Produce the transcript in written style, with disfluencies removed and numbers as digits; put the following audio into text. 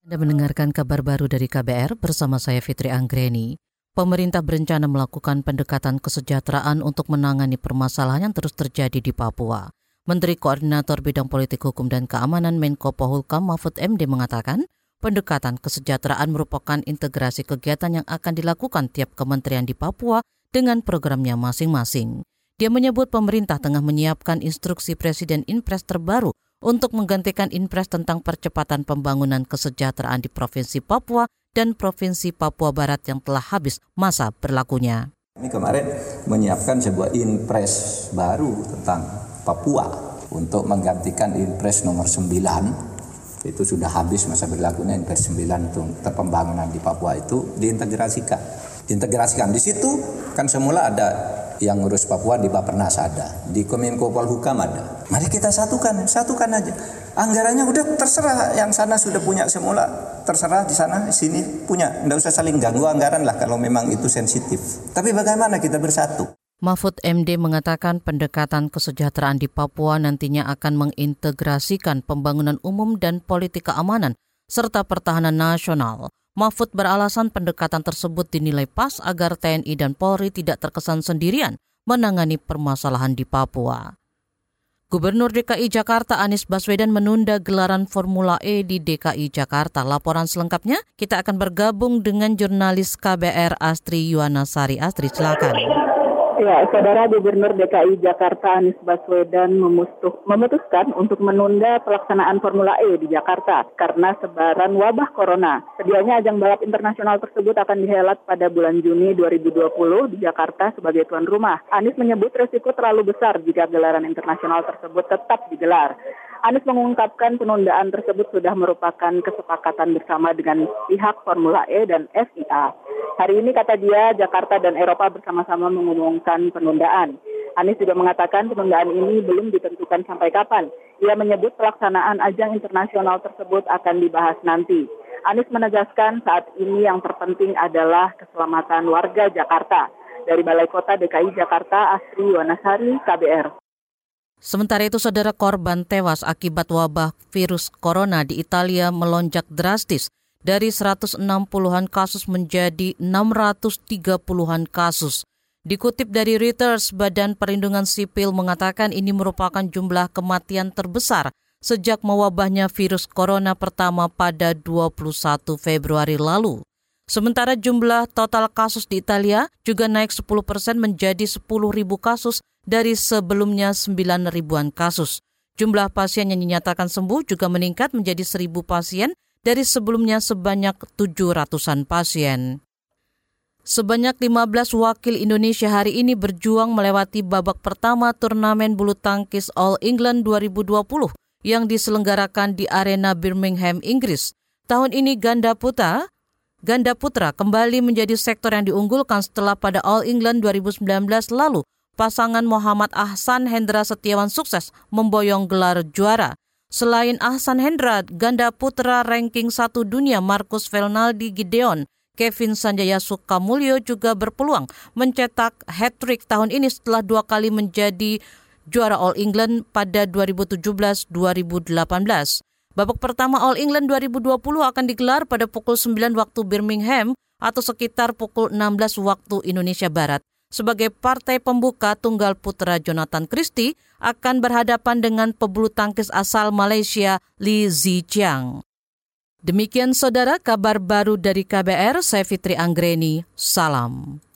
Anda mendengarkan kabar baru dari KBR bersama saya Fitri Anggreni. Pemerintah berencana melakukan pendekatan kesejahteraan untuk menangani permasalahan yang terus terjadi di Papua. Menteri Koordinator Bidang Politik Hukum dan Keamanan Menko Polhukam Mahfud MD mengatakan, pendekatan kesejahteraan merupakan integrasi kegiatan yang akan dilakukan tiap kementerian di Papua dengan programnya masing-masing. Dia menyebut pemerintah tengah menyiapkan instruksi Presiden Inpres terbaru untuk menggantikan Inpres tentang percepatan pembangunan kesejahteraan di Provinsi Papua dan Provinsi Papua Barat yang telah habis masa berlakunya. Ini kemarin menyiapkan sebuah Inpres baru tentang Papua untuk menggantikan Inpres nomor 9. Itu sudah habis masa berlakunya Inpres 9 untuk pembangunan di Papua itu diintegrasikan. Di situ kan semula ada yang ngurus Papua di Bappenas ada, di Kemenko Polhukam ada. Mari kita satukan aja. Anggarannya udah terserah, yang sana sudah punya semula, terserah di sana, sini punya. Nggak usah saling ganggu anggaran lah kalau memang itu sensitif. Tapi bagaimana kita bersatu? Mahfud MD mengatakan pendekatan kesejahteraan di Papua nantinya akan mengintegrasikan pembangunan umum dan politik keamanan serta pertahanan nasional. Mahfud beralasan pendekatan tersebut dinilai pas agar TNI dan Polri tidak terkesan sendirian menangani permasalahan di Papua. Gubernur DKI Jakarta Anies Baswedan menunda gelaran Formula E di DKI Jakarta. Laporan selengkapnya kita akan bergabung dengan jurnalis KBR Astri Yuwanasari. Astri, silakan. Ya, Saudara Gubernur DKI Jakarta Anies Baswedan memutuskan untuk menunda pelaksanaan Formula E di Jakarta karena sebaran wabah corona. Sedianya ajang balap internasional tersebut akan dihelat pada bulan Juni 2020 di Jakarta sebagai tuan rumah. Anies menyebut resiko terlalu besar jika gelaran internasional tersebut tetap digelar. Anies mengungkapkan penundaan tersebut sudah merupakan kesepakatan bersama dengan pihak Formula E dan FIA. Hari ini, kata dia, Jakarta dan Eropa bersama-sama mengumumkan penundaan. Anies juga mengatakan penundaan ini belum ditentukan sampai kapan. Ia menyebut pelaksanaan ajang internasional tersebut akan dibahas nanti. Anies menegaskan saat ini yang terpenting adalah keselamatan warga Jakarta. Dari Balai Kota DKI Jakarta, Astri Yuwanasari, KBR. Sementara itu, saudara, korban tewas akibat wabah virus corona di Italia melonjak drastis dari 160-an kasus menjadi 630-an kasus. Dikutip dari Reuters, Badan Perlindungan Sipil mengatakan ini merupakan jumlah kematian terbesar sejak mewabahnya virus corona pertama pada 21 Februari lalu. Sementara jumlah total kasus di Italia juga naik 10% menjadi 10.000 kasus dari sebelumnya 9.000-an kasus. Jumlah pasien yang dinyatakan sembuh juga meningkat menjadi 1.000 pasien dari sebelumnya sebanyak 700-an pasien. Sebanyak 15 wakil Indonesia hari ini berjuang melewati babak pertama turnamen bulu tangkis All England 2020 yang diselenggarakan di Arena Birmingham, Inggris. Tahun ini ganda putra kembali menjadi sektor yang diunggulkan setelah pada All England 2019 lalu pasangan Muhammad Ahsan Hendra Setiawan sukses memboyong gelar juara. Selain Ahsan Hendra, ganda putra ranking 1 dunia Marcus Fernaldi Gideon, Kevin Sanjaya Sukamulyo juga berpeluang mencetak hat-trick tahun ini setelah 2 kali menjadi juara All England pada 2017-2018. Babak pertama All England 2020 akan digelar pada pukul 9 waktu Birmingham atau sekitar pukul 16 waktu Indonesia Barat. Sebagai partai pembuka, tunggal putra Jonathan Christie akan berhadapan dengan pebulu tangkis asal Malaysia Lee Zhiqiang. Demikian saudara kabar baru dari KBR, saya Fitri Anggreni, salam.